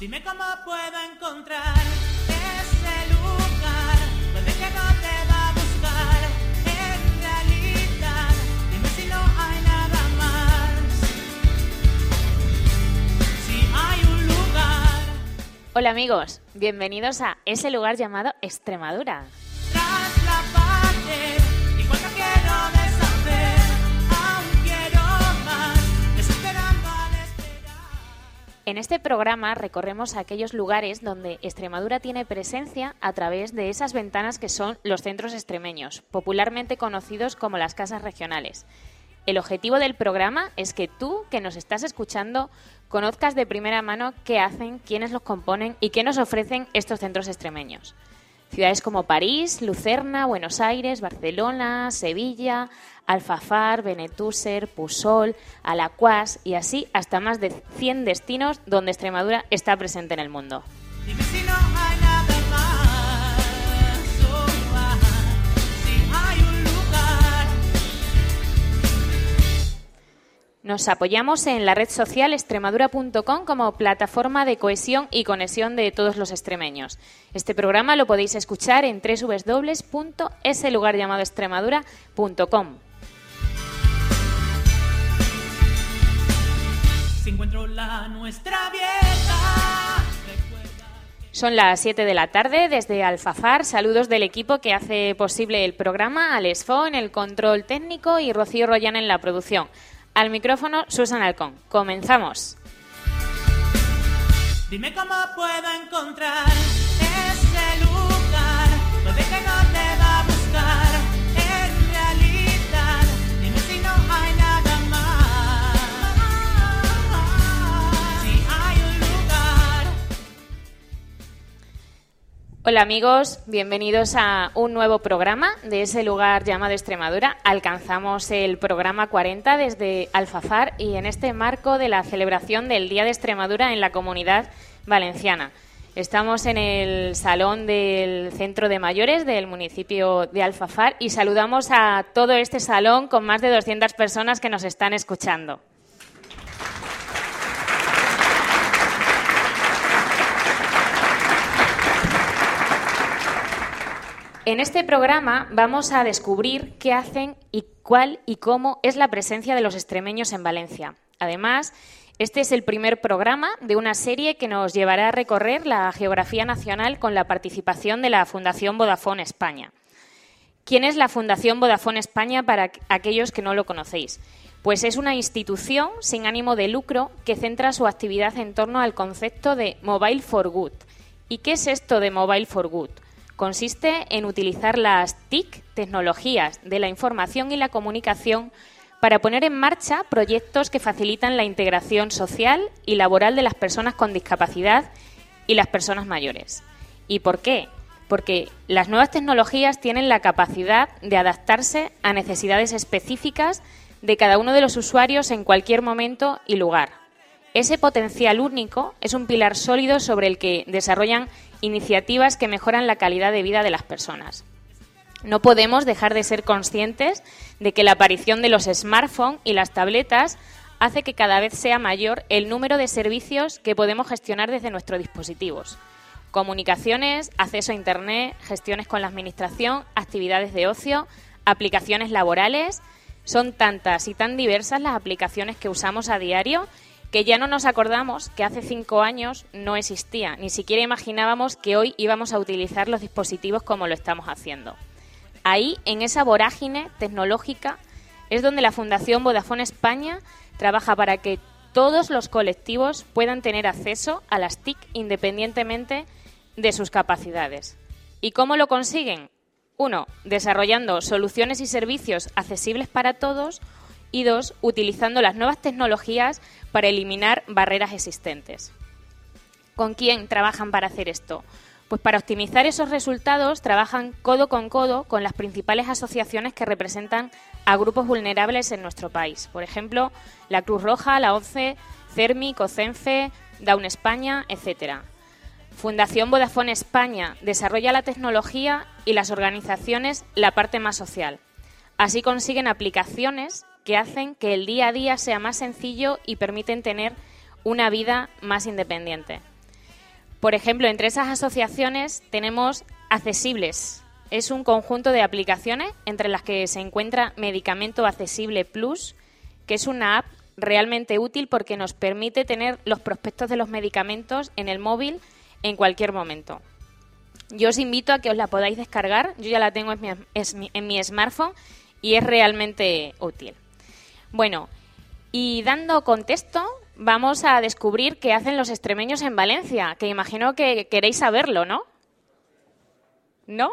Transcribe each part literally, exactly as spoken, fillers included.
Dime cómo puedo encontrar ese lugar donde que no te va a buscar. En realidad, dime si no hay nada más. Si hay un lugar. Hola amigos, bienvenidos a ese lugar llamado Extremadura. Tras la pared, y cuando quiero deshacer, aún quiero más, desesperando al esperar. En este programa recorremos aquellos lugares donde Extremadura tiene presencia a través de esas ventanas que son los centros extremeños, popularmente conocidos como las casas regionales. El objetivo del programa es que tú, que nos estás escuchando, conozcas de primera mano qué hacen, quiénes los componen y qué nos ofrecen estos centros extremeños. Ciudades como París, Lucerna, Buenos Aires, Barcelona, Sevilla, Alfafar, Benetúser, Pusol, Alacuás y así hasta más de cien destinos donde Extremadura está presente en el mundo. Dime si no hay nada más. Oh, ah, si hay un lugar. Nos apoyamos en la red social extremadura punto com como plataforma de cohesión y conexión de todos los extremeños. Este programa lo podéis escuchar en doble u doble u doble u punto ese lugar llamado extremadura punto com. Si encuentro la nuestra abierta. Son las siete de la tarde desde Alfafar. Saludos del equipo que hace posible el programa, Alex Fo en el control técnico y Rocío Royan en la producción. Al micrófono, Susan Alcón. Comenzamos. Dime cómo puedo encontrar ese lugar donde que no te va a buscar. En realidad, dime si no hay nada más. Si hay un lugar. Hola amigos, bienvenidos a un nuevo programa de ese lugar llamado Extremadura. Alcanzamos el programa cuarenta desde Alfafar y en este marco de la celebración del Día de Extremadura en la Comunidad Valenciana. Estamos en el salón del Centro de Mayores del municipio de Alfafar y saludamos a todo este salón con más de doscientas personas que nos están escuchando. En este programa vamos a descubrir qué hacen y cuál y cómo es la presencia de los extremeños en Valencia. Además, este es el primer programa de una serie que nos llevará a recorrer la geografía nacional con la participación de la Fundación Vodafone España. ¿Quién es la Fundación Vodafone España para aquellos que no lo conocéis? Pues es una institución sin ánimo de lucro que centra su actividad en torno al concepto de Mobile for Good. ¿Y qué es esto de Mobile for Good? Consiste en utilizar las T I C, tecnologías de la información y la comunicación, para poner en marcha proyectos que facilitan la integración social y laboral de las personas con discapacidad y las personas mayores. ¿Y por qué? Porque las nuevas tecnologías tienen la capacidad de adaptarse a necesidades específicas de cada uno de los usuarios en cualquier momento y lugar. Ese potencial único es un pilar sólido sobre el que desarrollan iniciativas que mejoran la calidad de vida de las personas. No podemos dejar de ser conscientes de que la aparición de los smartphones y las tabletas hace que cada vez sea mayor el número de servicios que podemos gestionar desde nuestros dispositivos. Comunicaciones, acceso a Internet, gestiones con la administración, actividades de ocio, aplicaciones laborales. Son tantas y tan diversas las aplicaciones que usamos a diario que ya no nos acordamos que hace cinco años no existía, ni siquiera imaginábamos que hoy íbamos a utilizar los dispositivos como lo estamos haciendo. Ahí, en esa vorágine tecnológica, es donde la Fundación Vodafone España trabaja para que todos los colectivos puedan tener acceso a las T I C independientemente de sus capacidades. ¿Y cómo lo consiguen? Uno, desarrollando soluciones y servicios accesibles para todos. Y dos, utilizando las nuevas tecnologías para eliminar barreras existentes. ¿Con quién trabajan para hacer esto? Pues para optimizar esos resultados trabajan codo con codo con las principales asociaciones que representan a grupos vulnerables en nuestro país. Por ejemplo, la Cruz Roja, la ONCE, CERMI, COCENFE, Down España, etcétera. Fundación Vodafone España desarrolla la tecnología y las organizaciones la parte más social. Así consiguen aplicaciones que hacen que el día a día sea más sencillo y permiten tener una vida más independiente. Por ejemplo, entre esas asociaciones tenemos Accesibles. Es un conjunto de aplicaciones entre las que se encuentra Medicamento Accesible Plus, que es una app realmente útil porque nos permite tener los prospectos de los medicamentos en el móvil en cualquier momento. Yo os invito a que os la podáis descargar. Yo ya la tengo en mi, en mi smartphone y es realmente útil. Bueno, y dando contexto, vamos a descubrir qué hacen los extremeños en Valencia, que imagino que queréis saberlo, ¿no? ¿No?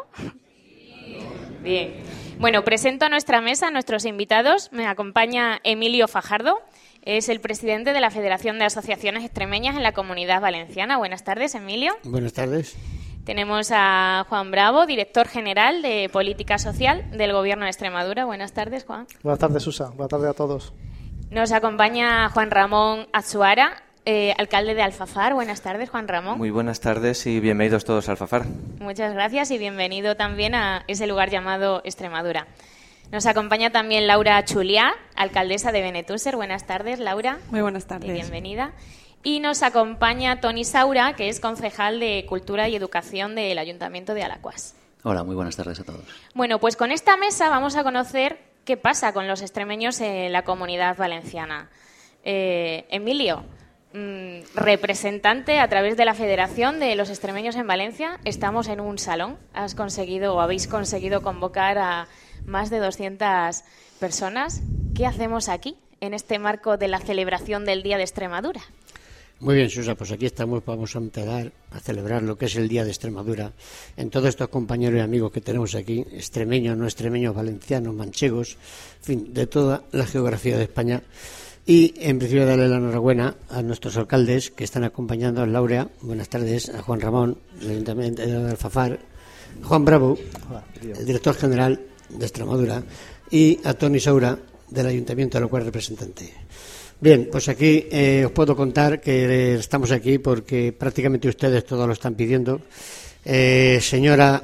Bien. Bueno, presento a nuestra mesa a nuestros invitados. Me acompaña Emilio Fajardo, es el presidente de la Federación de Asociaciones Extremeñas en la Comunidad Valenciana. Buenas tardes, Emilio. Buenas tardes. Tenemos a Juan Bravo, director general de Política Social del Gobierno de Extremadura. Buenas tardes, Juan. Buenas tardes, Susa. Buenas tardes a todos. Nos acompaña Juan Ramón Atsuara, eh, alcalde de Alfafar. Buenas tardes, Juan Ramón. Muy buenas tardes y bienvenidos todos a Alfafar. Muchas gracias y bienvenido también a ese lugar llamado Extremadura. Nos acompaña también Laura Chuliá, alcaldesa de Benetússer. Buenas tardes, Laura. Muy buenas tardes. Y bienvenida. Y nos acompaña Toni Saura, que es concejal de Cultura y Educación del Ayuntamiento de Alacuás. Hola, muy buenas tardes a todos. Bueno, pues con esta mesa vamos a conocer qué pasa con los extremeños en la Comunidad Valenciana. Eh, Emilio, mmm, representante a través de la Federación de los Extremeños en Valencia, estamos en un salón. Has conseguido o habéis conseguido convocar a más de doscientas personas. ¿Qué hacemos aquí, en este marco de la celebración del Día de Extremadura? Muy bien, Susa, pues aquí estamos, vamos a empezar a celebrar lo que es el Día de Extremadura en todos estos compañeros y amigos que tenemos aquí, extremeños, no extremeños, valencianos, manchegos, en fin, de toda la geografía de España. Y en principio darle la enhorabuena a nuestros alcaldes que están acompañando a Laura, buenas tardes, a Juan Ramón, del Ayuntamiento de Alfafar, Juan Bravo, el director general de Extremadura, y a Toni Saura, del Ayuntamiento, al cual representante. Bien, pues aquí eh, os puedo contar que estamos aquí porque prácticamente ustedes todos lo están pidiendo. Eh, señora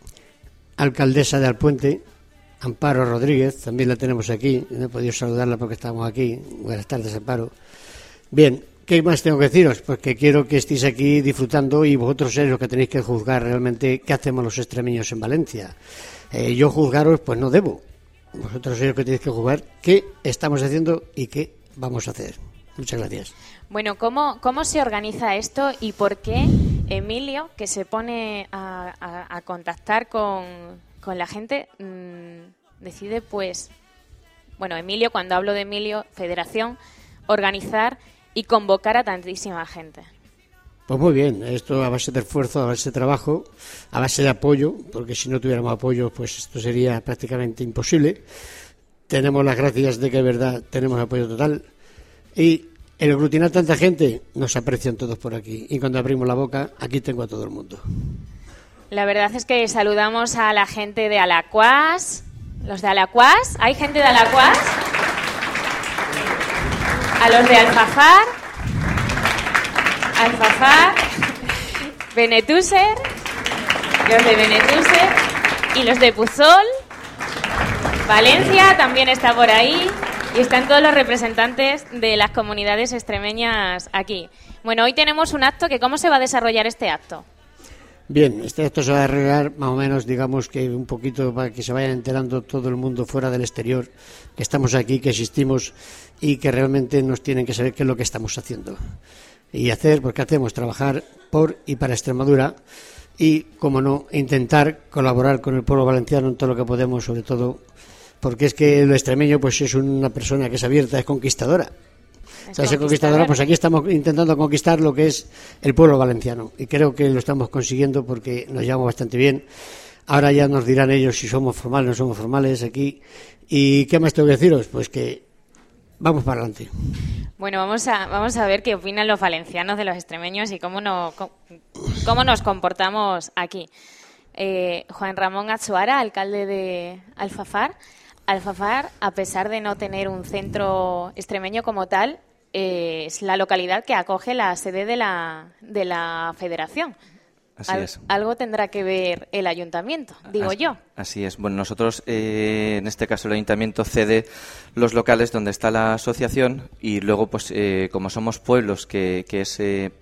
alcaldesa de Alpuente, Amparo Rodríguez, también la tenemos aquí. No he podido saludarla porque estamos aquí. Buenas tardes, Amparo. Bien, ¿qué más tengo que deciros? Pues que quiero que estéis aquí disfrutando y vosotros sois los que tenéis que juzgar realmente qué hacemos los extremeños en Valencia. Eh, yo juzgaros, pues no debo. Vosotros sois los que tenéis que juzgar qué estamos haciendo y qué vamos a hacer. Muchas gracias. Bueno, ¿cómo, cómo se organiza esto y por qué Emilio, que se pone a, a, a contactar con, con la gente, mmm, decide, pues, bueno, Emilio, cuando hablo de Emilio, Federación, organizar y convocar a tantísima gente? Pues muy bien, esto a base de esfuerzo, a base de trabajo, a base de apoyo, porque si no tuviéramos apoyo, pues esto sería prácticamente imposible. Tenemos las gracias de que de verdad tenemos apoyo total y el aglutinar tanta gente nos aprecian todos por aquí y cuando abrimos la boca aquí tengo a todo el mundo. La verdad es que saludamos a la gente de Alacuás, los de Alacuás, ¿hay gente de Alacuás? A los de Alfafar, Alfafar, Benetússer, los de Benetússer y los de Puzol. Valencia también está por ahí y están todos los representantes de las comunidades extremeñas aquí. Bueno, hoy tenemos un acto que ¿cómo se va a desarrollar este acto? Bien, este acto se va a arreglar más o menos, digamos que un poquito para que se vayan enterando todo el mundo fuera del exterior, que estamos aquí, que existimos y que realmente nos tienen que saber qué es lo que estamos haciendo. Y hacer, porque hacemos, trabajar por y para Extremadura y, como no, intentar colaborar con el pueblo valenciano en todo lo que podemos, sobre todo porque es que el extremeño pues es una persona que es abierta, es conquistadora. Es Entonces, conquistadora, pues aquí estamos intentando conquistar lo que es el pueblo valenciano y creo que lo estamos consiguiendo porque nos llevamos bastante bien. Ahora ya nos dirán ellos si somos formales o no somos formales aquí. ¿Y qué más tengo que deciros? Pues que vamos para adelante. Bueno, vamos a vamos a ver qué opinan los valencianos de los extremeños y cómo, no, cómo nos comportamos aquí. Eh, Juan Ramón Atsuara, alcalde de Alfafar. Alfafar, a pesar de no tener un centro extremeño como tal, eh, es la localidad que acoge la sede de la, de la Federación. Así Al, es. Algo tendrá que ver el ayuntamiento, digo así, yo. Así es. Bueno, nosotros, eh, en este caso, el ayuntamiento cede los locales donde está la asociación y luego, pues, eh, como somos pueblos que, que es... Eh,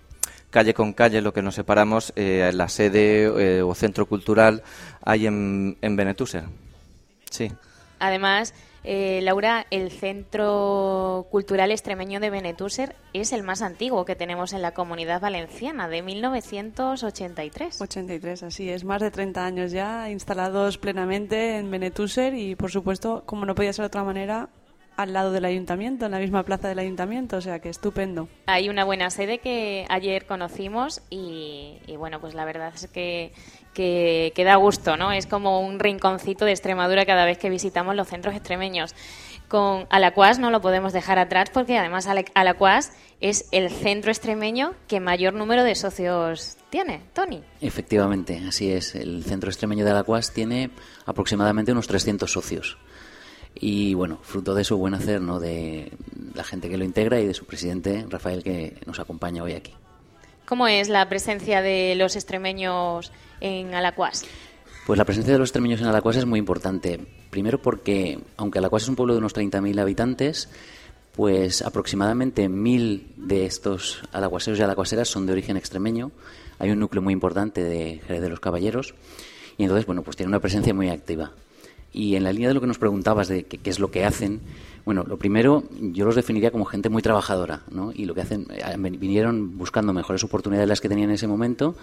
calle con calle, lo que nos separamos, eh, la sede eh, o centro cultural hay en, en Benetúser. Sí. Además, eh, Laura, el Centro Cultural Extremeño de Benetúser es el más antiguo que tenemos en la Comunidad Valenciana, de mil novecientos ochenta y tres. ochenta y tres, así es. Más de treinta años ya instalados plenamente en Benetúser y, por supuesto, como no podía ser de otra manera, al lado del ayuntamiento, en la misma plaza del ayuntamiento, o sea que estupendo. Hay una buena sede que ayer conocimos y, y bueno, pues la verdad es que, que, que da gusto, ¿no? Es como un rinconcito de Extremadura cada vez que visitamos los centros extremeños. Con Alacuás no lo podemos dejar atrás porque además Alacuás es el centro extremeño que mayor número de socios tiene, Toni. Efectivamente, así es. El centro extremeño de Alacuás tiene aproximadamente unos trescientos socios. Y bueno, fruto de su buen hacer, ¿no?, de la gente que lo integra y de su presidente, Rafael, que nos acompaña hoy aquí. ¿Cómo es la presencia de los extremeños en Alacuás? Pues la presencia de los extremeños en Alacuás es muy importante. Primero porque, aunque Alacuás es un pueblo de unos treinta mil habitantes, pues aproximadamente mil de estos alacuaseros y alacuaseras son de origen extremeño. Hay un núcleo muy importante de Jerez de los Caballeros y entonces, bueno, pues tiene una presencia muy activa. Y en la línea de lo que nos preguntabas de qué, qué es lo que hacen, bueno, lo primero yo los definiría como gente muy trabajadora, ¿no? Y lo que hacen, vinieron buscando mejores oportunidades de las que tenían en ese momento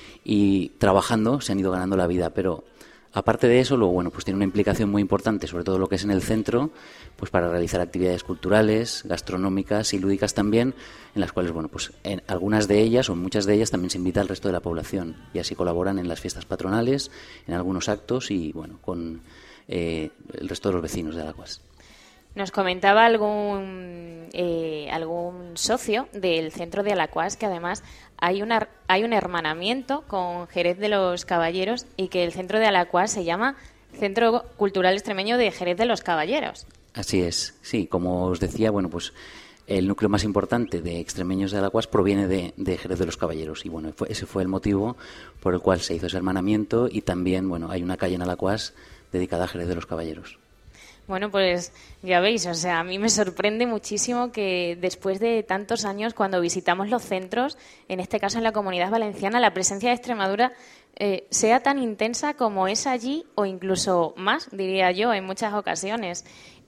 y trabajando se han ido ganando la vida. Pero aparte de eso, luego, bueno, pues tiene una implicación muy importante, sobre todo lo que es en el centro, pues para realizar actividades culturales, gastronómicas y lúdicas también, en las cuales, bueno, pues en algunas de ellas o en muchas de ellas también se invita al resto de la población y así colaboran en las fiestas patronales, en algunos actos y, bueno, con Eh, el resto de los vecinos de Alacuás. Nos comentaba algún eh, algún socio del centro de Alacuás que además hay una hay un hermanamiento con Jerez de los Caballeros y que el centro de Alacuás se llama Centro Cultural Extremeño de Jerez de los Caballeros. Así es, sí, como os decía, bueno, pues el núcleo más importante de extremeños de Alacuás proviene de, de Jerez de los Caballeros y bueno, fue, ese fue el motivo por el cual se hizo ese hermanamiento y también, bueno, hay una calle en Alacuás dedicada a Jerez de los Caballeros. Bueno, pues ya veis, o sea, a mí me sorprende muchísimo que después de tantos años, cuando visitamos los centros, en este caso en la Comunidad Valenciana, la presencia de Extremadura eh, sea tan intensa como es allí o incluso más, diría yo, en muchas ocasiones.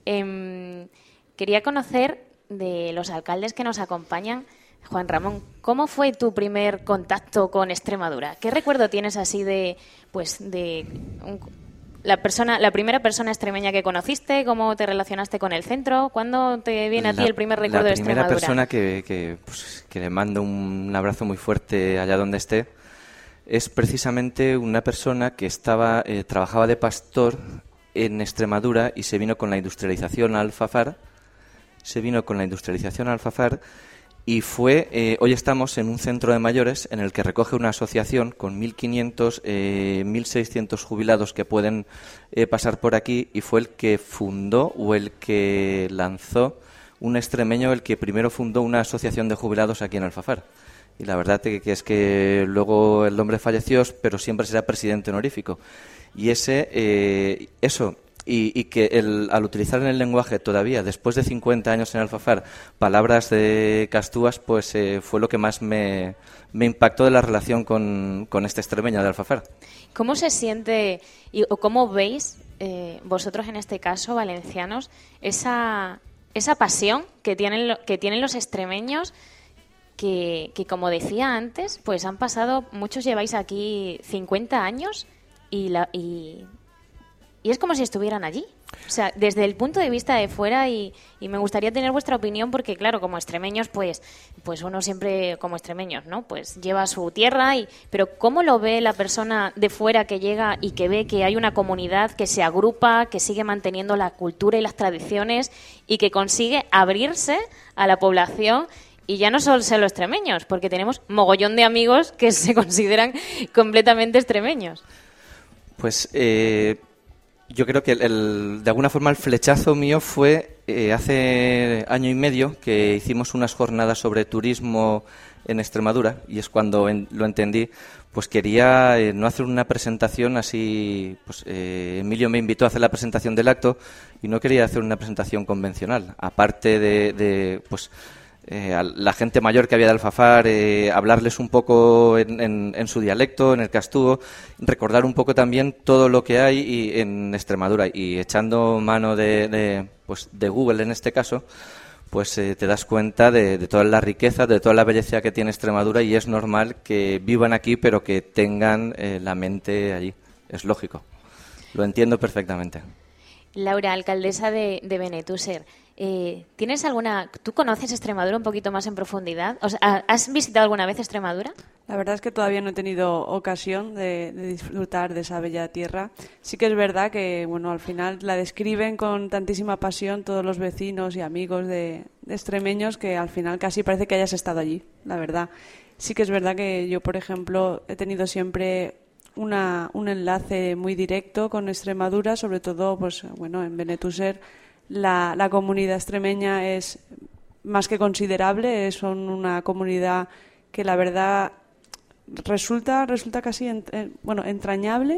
Eh, quería conocer de los alcaldes que nos acompañan, Juan Ramón, ¿cómo fue tu primer contacto con Extremadura? ¿Qué recuerdo tienes así de, pues, de un, la persona, la primera persona extremeña que conociste? ¿Cómo te relacionaste con el centro? ¿Cuándo te viene a ti la, el primer recuerdo de Extremadura? La primera persona que, que, pues, que le mando un abrazo muy fuerte allá donde esté es precisamente una persona que estaba eh, trabajaba de pastor en Extremadura y se vino con la industrialización a Alfafar. Se vino con la industrialización a Alfafar y fue, eh, hoy estamos en un centro de mayores en el que recoge una asociación con mil quinientos, eh, mil seiscientos jubilados que pueden eh, pasar por aquí y fue el que fundó o el que lanzó un extremeño, el que primero fundó una asociación de jubilados aquí en Alfafar. Y la verdad que, que es que luego el hombre falleció, pero siempre será presidente honorífico. Y ese, eh, eso... Y, y que el, al utilizar en el lenguaje todavía, después de cincuenta años en Alfafar, palabras de Castúas, pues eh, fue lo que más me, me impactó de la relación con, con este extremeño de Alfafar. ¿Cómo se siente y, o cómo veis eh, vosotros en este caso, valencianos, esa, esa pasión que tienen, que tienen los extremeños que, que, como decía antes, pues han pasado, muchos lleváis aquí cincuenta años y la... Y, Y es como si estuvieran allí. O sea, desde el punto de vista de fuera, y, y me gustaría tener vuestra opinión, porque claro, como extremeños, pues, pues uno siempre, como extremeños, ¿no? Pues lleva su tierra, y pero ¿cómo lo ve la persona de fuera que llega y que ve que hay una comunidad que se agrupa, que sigue manteniendo la cultura y las tradiciones y que consigue abrirse a la población? Y ya no solo son los extremeños, porque tenemos mogollón de amigos que se consideran completamente extremeños. Pues... Eh... Yo creo que el, el, de alguna forma el flechazo mío fue eh, hace año y medio que hicimos unas jornadas sobre turismo en Extremadura y es cuando en, lo entendí. Pues quería eh, no hacer una presentación así, pues eh, Emilio me invitó a hacer la presentación del acto y no quería hacer una presentación convencional. Aparte de, de pues eh, a la gente mayor que había de Alfafar, eh, hablarles un poco en, en, en su dialecto, en el Castúo, recordar un poco también todo lo que hay y, en Extremadura, y echando mano de, de, pues, de Google en este caso, pues eh, te das cuenta de, de toda la riqueza, de toda la belleza que tiene Extremadura, y es normal que vivan aquí pero que tengan eh, la mente allí. Es lógico. Lo entiendo perfectamente. Laura, alcaldesa de, de Benetúser, eh, ¿tienes alguna... ¿Tú conoces Extremadura un poquito más en profundidad? O sea, ¿has visitado alguna vez Extremadura? La verdad es que todavía no he tenido ocasión de, de disfrutar de esa bella tierra. Sí que es verdad que, bueno, al final la describen con tantísima pasión todos los vecinos y amigos de, de extremeños que al final casi parece que hayas estado allí, la verdad. Sí que es verdad que yo, por ejemplo, he tenido siempre una, un enlace muy directo con Extremadura, sobre todo, pues, bueno, en Benetúser la, la comunidad extremeña es más que considerable, son una comunidad que la verdad resulta resulta casi ent, eh, bueno entrañable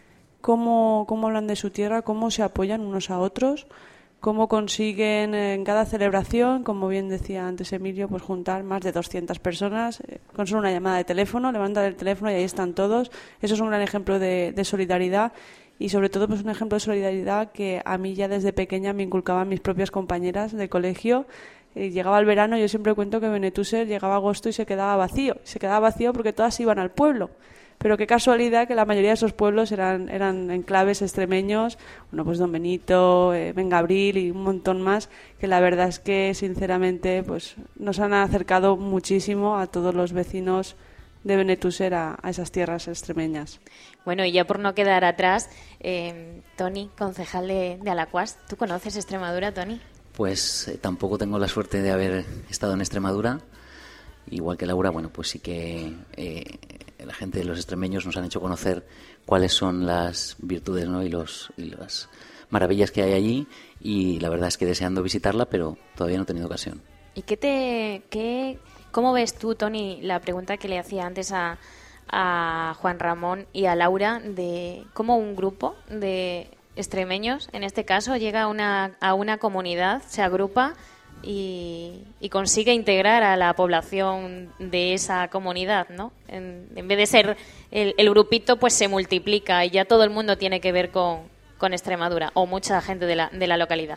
cómo, cómo hablan de su tierra, cómo se apoyan unos a otros, cómo consiguen en cada celebración, como bien decía antes Emilio, pues juntar más de doscientas personas eh, con solo una llamada de teléfono, levantan el teléfono y ahí están todos. Eso es un gran ejemplo de, de solidaridad, y sobre todo pues un ejemplo de solidaridad que a mí ya desde pequeña me inculcaban mis propias compañeras de colegio. Eh, llegaba el verano, yo siempre cuento que Benetúser llegaba agosto y se quedaba vacío. Se quedaba vacío porque todas iban al pueblo. Pero qué casualidad que la mayoría de esos pueblos eran, eran enclaves extremeños, bueno, pues Don Benito, eh, Vengabril y un montón más, que la verdad es que sinceramente pues nos han acercado muchísimo a todos los vecinos de Benetúser a, a esas tierras extremeñas. Bueno, y ya por no quedar atrás, eh, Toni, concejal de, de Alacuás, ¿tú conoces Extremadura, Toni? Pues eh, tampoco tengo la suerte de haber estado en Extremadura. Igual que Laura, bueno, pues sí que eh, la gente de los extremeños nos han hecho conocer cuáles son las virtudes, ¿no? y, los, y las maravillas que hay allí, y la verdad es que deseando visitarla, pero todavía no he tenido ocasión. ¿Y qué te, qué, cómo ves tú, Toni, la pregunta que le hacía antes a, a Juan Ramón y a Laura, de cómo un grupo de extremeños, en este caso, llega a una, a una comunidad, se agrupa y, y consigue integrar a la población de esa comunidad, ¿no? En, en vez de ser el, el grupito, pues se multiplica y ya todo el mundo tiene que ver con, con Extremadura, o mucha gente de la, de la localidad.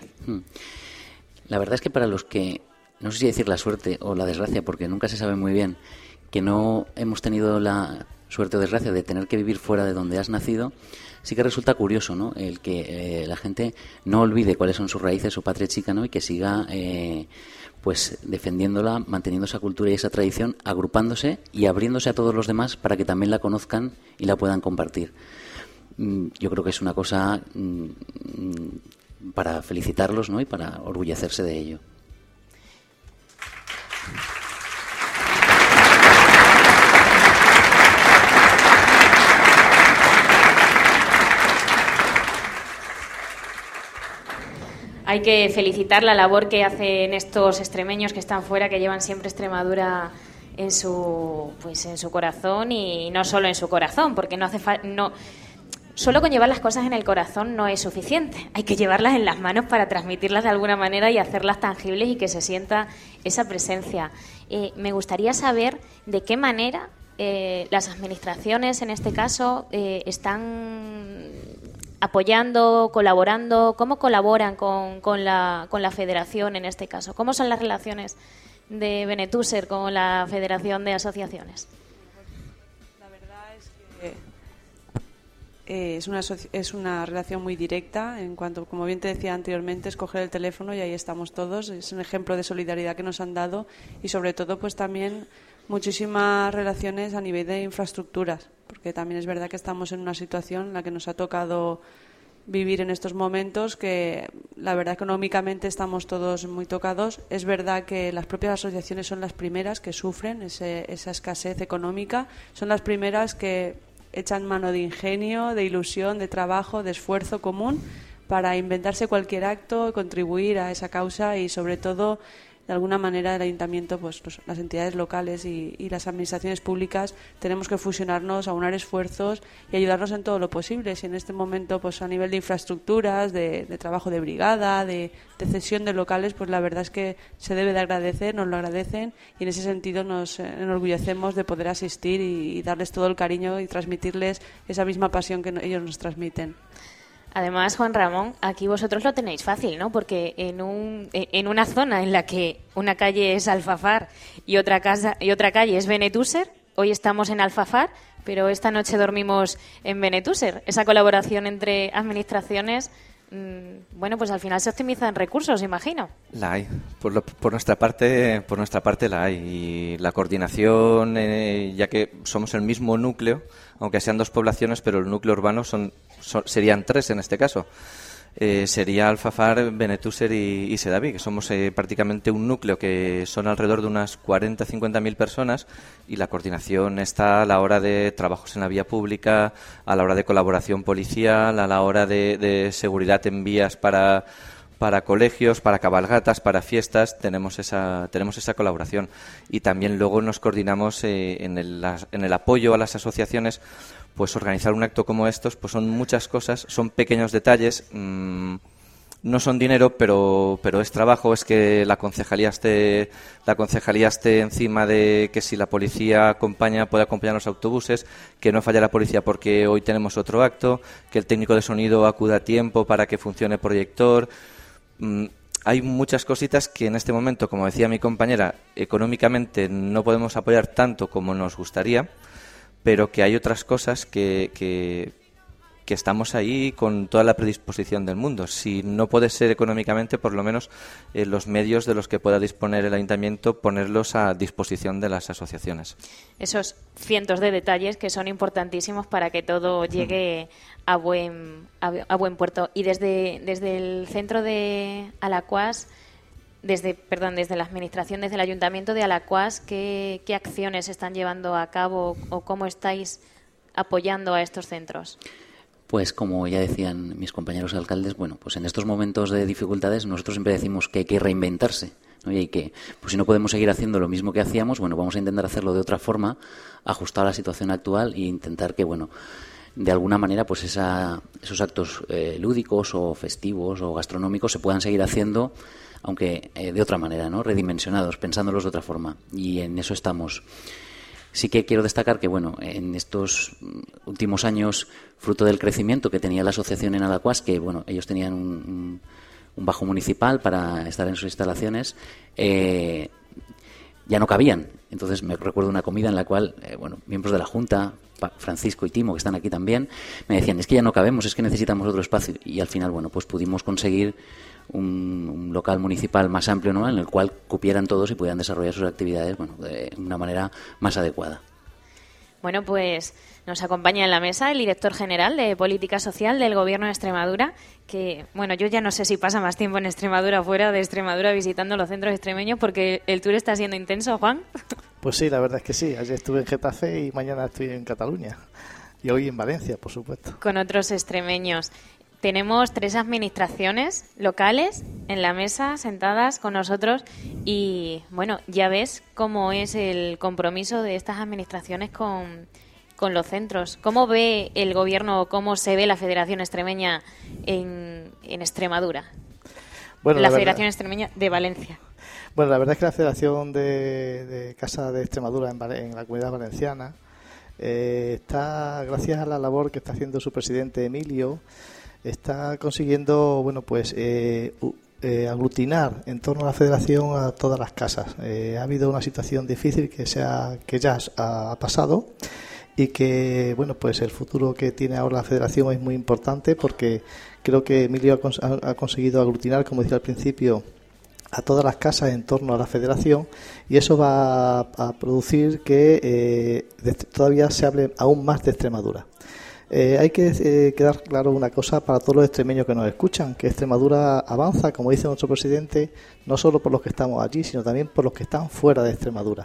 La verdad es que para los que, no sé si decir la suerte o la desgracia, porque nunca se sabe muy bien, que no hemos tenido la suerte o desgracia de tener que vivir fuera de donde has nacido, sí que resulta curioso, ¿no? El que eh, la gente no olvide cuáles son sus raíces, su patria chica, ¿no? Y que siga eh, pues defendiéndola, manteniendo esa cultura y esa tradición, agrupándose y abriéndose a todos los demás para que también la conozcan y la puedan compartir. Mm, yo creo que es una cosa mm, para felicitarlos, ¿no? Y para orgullecerse de ello. Hay que felicitar la labor que hacen estos extremeños que están fuera, que llevan siempre Extremadura en su, pues en su corazón, y no solo en su corazón, porque no hace fa- no solo con llevar las cosas en el corazón no es suficiente. Hay que llevarlas en las manos para transmitirlas de alguna manera y hacerlas tangibles y que se sienta esa presencia. Eh, me gustaría saber de qué manera eh, las administraciones, en este caso, eh, están apoyando, colaborando. ¿Cómo colaboran con, con, la, con la federación en este caso? ¿Cómo son las relaciones de Benetúser con la Federación de Asociaciones? La verdad es que eh, es, una es una relación muy directa, en cuanto, como bien te decía anteriormente, es coger el teléfono y ahí estamos todos. Es un ejemplo de solidaridad que nos han dado, y sobre todo pues también muchísimas relaciones a nivel de infraestructuras, porque también es verdad que estamos en una situación en la que nos ha tocado vivir en estos momentos, que la verdad económicamente estamos todos muy tocados. Es verdad que las propias asociaciones son las primeras que sufren ese, esa escasez económica, son las primeras que echan mano de ingenio, de ilusión, de trabajo, de esfuerzo común para inventarse cualquier acto, contribuir a esa causa, y sobre todo de alguna manera el ayuntamiento, pues los, las entidades locales y, y las administraciones públicas tenemos que fusionarnos, aunar esfuerzos y ayudarnos en todo lo posible. Si en este momento, pues a nivel de infraestructuras, de, de trabajo de brigada, de, de cesión de locales, pues la verdad es que se debe de agradecer, nos lo agradecen y en ese sentido nos eh, enorgullecemos de poder asistir y, y darles todo el cariño y transmitirles esa misma pasión que no, ellos nos transmiten. Además, Juan Ramón, aquí vosotros lo tenéis fácil, ¿no? Porque en un en una zona en la que una calle es Alfafar y otra casa y otra calle es Benetúser, hoy estamos en Alfafar, pero esta noche dormimos en Benetúser. Esa colaboración entre administraciones, mmm, bueno, pues al final se optimizan recursos, imagino. La hay. Por, lo, por nuestra parte, por nuestra parte la hay. Y la coordinación, eh, ya que somos el mismo núcleo, aunque sean dos poblaciones, pero el núcleo urbano son, son serían tres en este caso. Eh, sería Alfafar, Benetúser y, y Sedaví, que somos eh, prácticamente un núcleo que son alrededor de unas cuarenta a cincuenta mil personas, y la coordinación está a la hora de trabajos en la vía pública, a la hora de colaboración policial, a la hora de, de seguridad en vías para para colegios, para cabalgatas, para fiestas, tenemos esa tenemos esa colaboración. Y también luego nos coordinamos eh, en, el, en el apoyo a las asociaciones. Pues organizar un acto como estos, pues son muchas cosas, son pequeños detalles, mmm, no son dinero, pero pero es trabajo. Es que la concejalía esté la concejalía esté encima de que si la policía acompaña, puede acompañar los autobuses, que no falle la policía porque hoy tenemos otro acto, que el técnico de sonido acuda a tiempo para que funcione el proyector. Mm, hay muchas cositas que en este momento, como decía mi compañera, económicamente no podemos apoyar tanto como nos gustaría, pero que hay otras cosas que, que, que estamos ahí con toda la predisposición del mundo. Si no puede ser económicamente, por lo menos eh, los medios de los que pueda disponer el ayuntamiento, ponerlos a disposición de las asociaciones. Esos cientos de detalles que son importantísimos para que todo llegue a buen, a, a buen puerto. Y desde, desde el centro de Alacuás, desde, perdón, desde la administración, desde el ayuntamiento de Alacuás, ¿qué, qué acciones están llevando a cabo o cómo estáis apoyando a estos centros? Pues como ya decían mis compañeros alcaldes, bueno, pues en estos momentos de dificultades nosotros siempre decimos que hay que reinventarse, ¿no? Y hay que, pues si no podemos seguir haciendo lo mismo que hacíamos, bueno, vamos a intentar hacerlo de otra forma, ajustar a la situación actual e intentar que, bueno, de alguna manera, pues esa, esos actos eh, lúdicos o festivos o gastronómicos se puedan seguir haciendo, aunque eh, de otra manera, ¿no? Redimensionados, pensándolos de otra forma. Y en eso estamos. Sí que quiero destacar que, bueno, en estos últimos años, fruto del crecimiento que tenía la asociación en Alacuás, que, bueno, ellos tenían un, un bajo municipal para estar en sus instalaciones, eh, ya no cabían. Entonces me recuerdo una comida en la cual, eh, bueno, miembros de la Junta, Francisco y Timo, que están aquí también, me decían, es que ya no cabemos, es que necesitamos otro espacio. Y al final, bueno, pues pudimos conseguir un, un local municipal más amplio, ¿no?, en el cual cupieran todos y pudieran desarrollar sus actividades, bueno, de una manera más adecuada. Bueno, pues nos acompaña en la mesa el director general de Política Social del Gobierno de Extremadura, que, bueno, yo ya no sé si pasa más tiempo en Extremadura o fuera de Extremadura visitando los centros extremeños, porque el tour está siendo intenso, Juan. Pues sí, la verdad es que sí. Ayer estuve en Getafe y mañana estoy en Cataluña. Y hoy en Valencia, por supuesto. Con otros extremeños. Tenemos tres administraciones locales en la mesa, sentadas con nosotros, y, bueno, ya ves cómo es el compromiso de estas administraciones con, con los centros. ¿Cómo ve el Gobierno, cómo se ve la Federación Extremeña en, en Extremadura? Bueno, la, la Federación verdad, Extremeña de Valencia. Bueno, la verdad es que la Federación de, de Casa de Extremadura en, en la Comunidad Valenciana eh, está, gracias a la labor que está haciendo su presidente Emilio, está consiguiendo, bueno, pues eh, eh, aglutinar en torno a la Federación a todas las casas. Eh, ha habido una situación difícil que se ha, que ya ha pasado y que, bueno, pues el futuro que tiene ahora la Federación es muy importante, porque creo que Emilio ha, cons- ha conseguido aglutinar, como decía al principio, a todas las casas en torno a la Federación, y eso va a, a producir que eh, de, todavía se hable aún más de Extremadura. Eh, hay que eh, quedar claro una cosa para todos los extremeños que nos escuchan, que Extremadura avanza, como dice nuestro presidente, no solo por los que estamos allí, sino también por los que están fuera de Extremadura.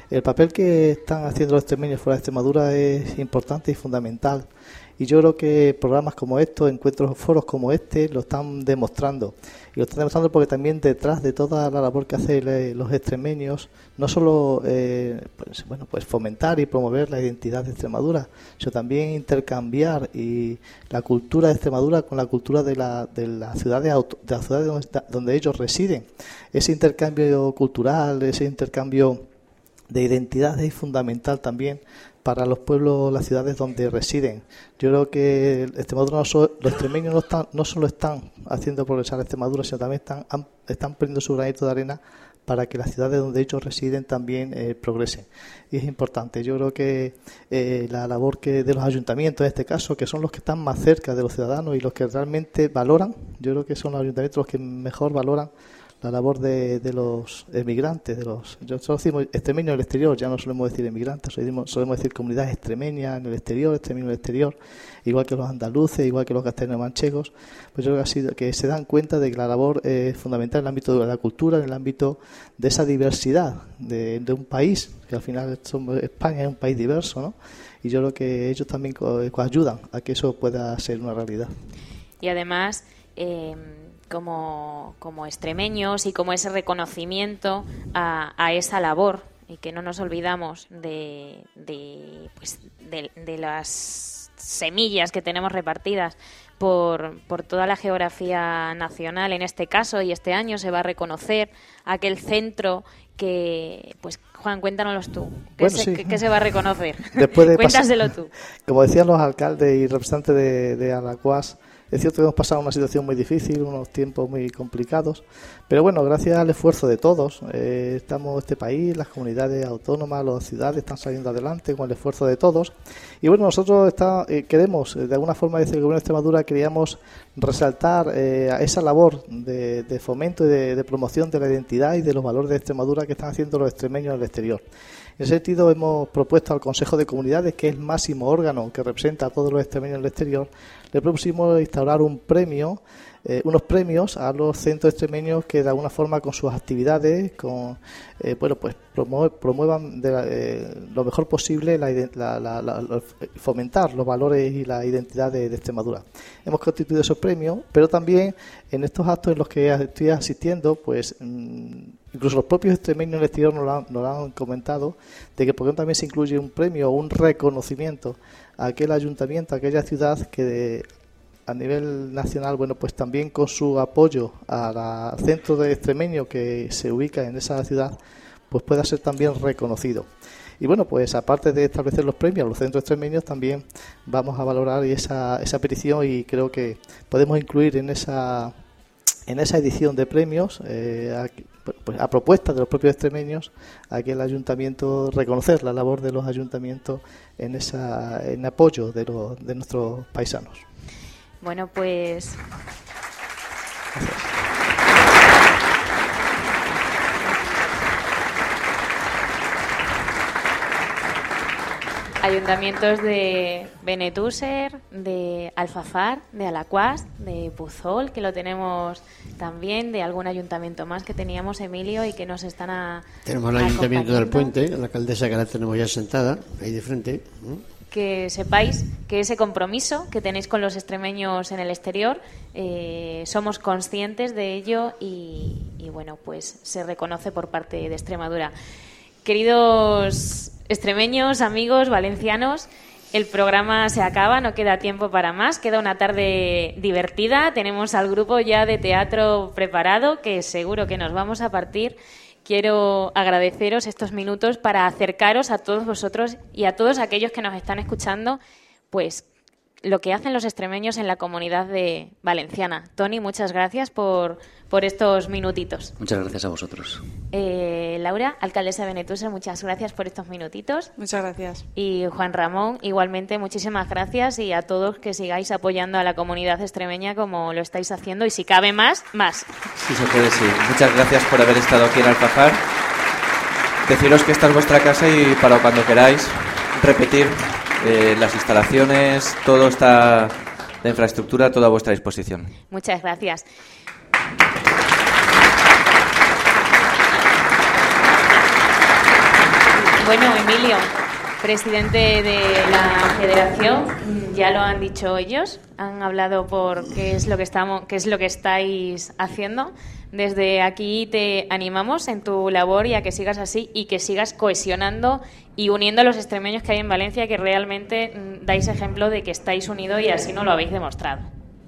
El papel que están haciendo los extremeños fuera de Extremadura es importante y fundamental. Y yo creo que programas como estos, encuentros, foros como este, lo están demostrando. Y lo están demostrando porque también detrás de toda la labor que hacen los extremeños, no solo eh, pues, bueno, pues fomentar y promover la identidad de Extremadura, sino también intercambiar y la cultura de Extremadura con la cultura de la, de la ciudad de, auto, de la ciudad de donde, donde ellos residen. Ese intercambio cultural, ese intercambio de identidad es fundamental también para los pueblos, las ciudades donde residen. Yo creo que Extremadura no solo, los extremeños no, están, no solo están haciendo progresar Extremadura, sino también están, han, están poniendo su granito de arena para que las ciudades donde ellos residen también eh, progresen. Y es importante. Yo creo que eh, la labor que de los ayuntamientos, en este caso, que son los que están más cerca de los ciudadanos y los que realmente valoran, yo creo que son los ayuntamientos los que mejor valoran la labor de, de los emigrantes, de los, yo solo decimos extremeños en el exterior, ya no solemos decir emigrantes, solemos, solemos decir comunidades extremeñas en el exterior, extremeños en el exterior, igual que los andaluces, igual que los castellanos manchegos, pues yo creo que, ha sido, que se dan cuenta de que la labor es fundamental en el ámbito de la cultura, en el ámbito de esa diversidad de, de un país, que al final somos, España es un país diverso, ¿no? Y yo creo que ellos también co- co- ayudan a que eso pueda ser una realidad. Y además, eh, como, como extremeños y como ese reconocimiento a, a esa labor, y que no nos olvidamos de, de, pues, de, de las semillas que tenemos repartidas por, por toda la geografía nacional en este caso, y este año se va a reconocer aquel centro que, pues Juan, cuéntanos tú, ¿qué, Bueno, se, sí. qué, qué se va a reconocer? Después de Cuéntaselo pasar, tú. Como decían los alcaldes y representantes de, de Alacuás, es cierto que hemos pasado una situación muy difícil, unos tiempos muy complicados, pero bueno, gracias al esfuerzo de todos, eh, estamos este país, las comunidades autónomas, las ciudades están saliendo adelante con el esfuerzo de todos. Y bueno, nosotros está, eh, queremos, de alguna forma desde el Gobierno de Extremadura, queríamos resaltar eh, esa labor de, de fomento y de, de promoción de la identidad y de los valores de Extremadura que están haciendo los extremeños en el exterior. En ese sentido, hemos propuesto al Consejo de Comunidades, que es el máximo órgano que representa a todos los extremeños en el exterior, le propusimos instaurar un premio, eh, unos premios a los centros extremeños que de alguna forma con sus actividades, con eh, bueno pues promuevan, promuevan de la, eh, lo mejor posible la, la, la, la, fomentar los valores y la identidad de, de Extremadura. Hemos constituido esos premios, pero también en estos actos en los que estoy asistiendo, pues mmm, incluso los propios extremeños en el exterior nos lo, han, nos lo han comentado, de que por ejemplo también se incluye un premio o un reconocimiento a aquel ayuntamiento, a aquella ciudad que de, a nivel nacional, bueno, pues también con su apoyo al centro de extremeño que se ubica en esa ciudad, pues pueda ser también reconocido. Y bueno, pues aparte de establecer los premios a los centros extremeños, también vamos a valorar esa, esa petición, y creo que podemos incluir en esa en esa edición de premios, eh, a, pues a propuesta de los propios extremeños, a que el ayuntamiento, reconocer la labor de los ayuntamientos en esa en apoyo de, los, de nuestros paisanos. Bueno, pues ayuntamientos de Benetúser, de Alfafar, de Alacuás, de Puzol, que lo tenemos también, de algún ayuntamiento más que teníamos, Emilio, y que nos están a, Tenemos el ayuntamiento del acompañando. Puente, la alcaldesa que la tenemos ya sentada, ahí de frente. Que sepáis que ese compromiso que tenéis con los extremeños en el exterior, eh, somos conscientes de ello y, y bueno, pues se reconoce por parte de Extremadura. Queridos extremeños, amigos, valencianos, el programa se acaba, no queda tiempo para más, queda una tarde divertida, tenemos al grupo ya de teatro preparado, que seguro que nos vamos a partir. Quiero agradeceros estos minutos para acercaros a todos vosotros y a todos aquellos que nos están escuchando, pues lo que hacen los extremeños en la comunidad de valenciana. Toni, muchas gracias por, por estos minutitos. Muchas gracias a vosotros. Eh, Laura, alcaldesa de Benetúser, muchas gracias por estos minutitos. Muchas gracias. Y Juan Ramón, igualmente, muchísimas gracias, y a todos que sigáis apoyando a la comunidad extremeña como lo estáis haciendo, y si cabe más, más. Sí, se puede, sí. Muchas gracias por haber estado aquí en Alfafar. Deciros que esta es vuestra casa y para cuando queráis repetir eh, las instalaciones, todo está, la infraestructura, toda a vuestra disposición. Muchas gracias. Bueno, Emilio, presidente de la Federación, ya lo han dicho ellos, han hablado por qué es lo que estamos, qué es lo que estáis haciendo. Desde aquí te animamos en tu labor y a que sigas así y que sigas cohesionando y uniendo a los extremeños que hay en Valencia, que realmente dais ejemplo de que estáis unidos y así no lo habéis demostrado.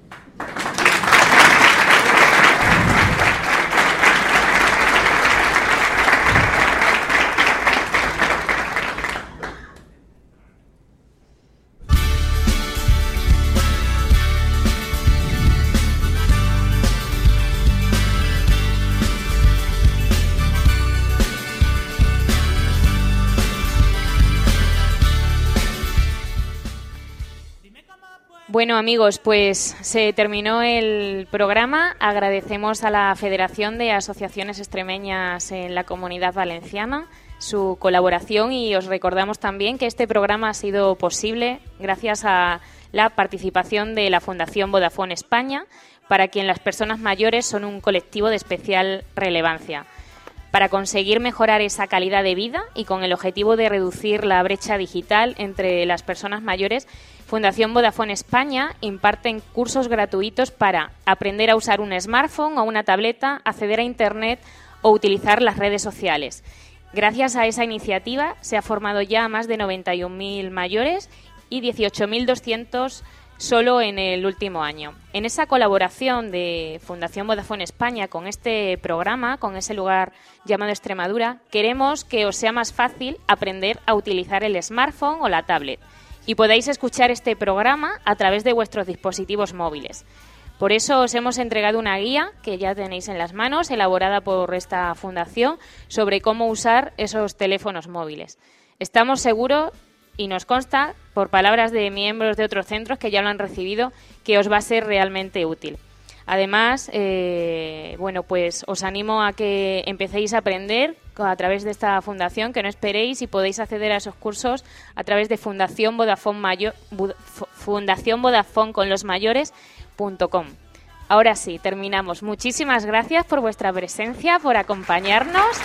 Bueno, amigos, pues se terminó el programa. Agradecemos a la Federación de Asociaciones Extremeñas en la Comunidad Valenciana su colaboración y os recordamos también que este programa ha sido posible gracias a la participación de la Fundación Vodafone España, para quien las personas mayores son un colectivo de especial relevancia. Para conseguir mejorar esa calidad de vida y con el objetivo de reducir la brecha digital entre las personas mayores, Fundación Vodafone España imparte cursos gratuitos para aprender a usar un smartphone o una tableta, acceder a Internet o utilizar las redes sociales. Gracias a esa iniciativa se ha formado ya a más de noventa y un mil mayores y dieciocho mil doscientos solo en el último año. En esa colaboración de Fundación Vodafone España con este programa, con ese lugar llamado Extremadura, queremos que os sea más fácil aprender a utilizar el smartphone o la tablet y podáis escuchar este programa a través de vuestros dispositivos móviles. Por eso os hemos entregado una guía que ya tenéis en las manos, elaborada por esta fundación, sobre cómo usar esos teléfonos móviles. Estamos seguros, y nos consta, por palabras de miembros de otros centros que ya lo han recibido, que os va a ser realmente útil. Además, eh, bueno, pues os animo a que empecéis a aprender a través de esta fundación, que no esperéis y podéis acceder a esos cursos a través de Fundación Vodafone Mayor, Fundación Vodafone con los mayores punto com. Ahora sí, terminamos. Muchísimas gracias por vuestra presencia, por acompañarnos.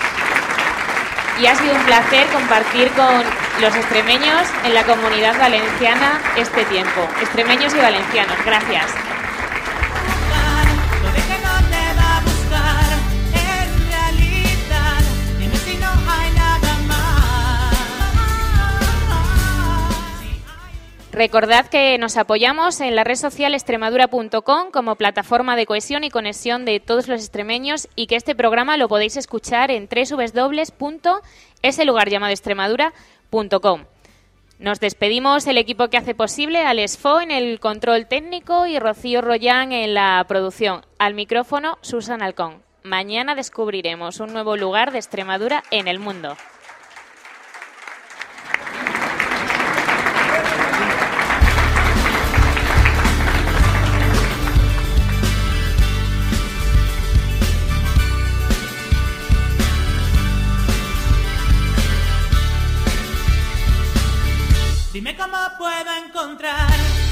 Y ha sido un placer compartir con los extremeños en la Comunidad Valenciana este tiempo. Extremeños y valencianos, gracias. Recordad que nos apoyamos en la red social extremadura punto com como plataforma de cohesión y conexión de todos los extremeños y que este programa lo podéis escuchar en doble u doble u doble u punto ese lugar llamado extremadura punto com. Nos despedimos el equipo que hace posible, Alex Fo en el control técnico y Rocío Rollán en la producción. Al micrófono, Susan Alcón. Mañana descubriremos un nuevo lugar de Extremadura en el mundo. Dime cómo puedo encontrar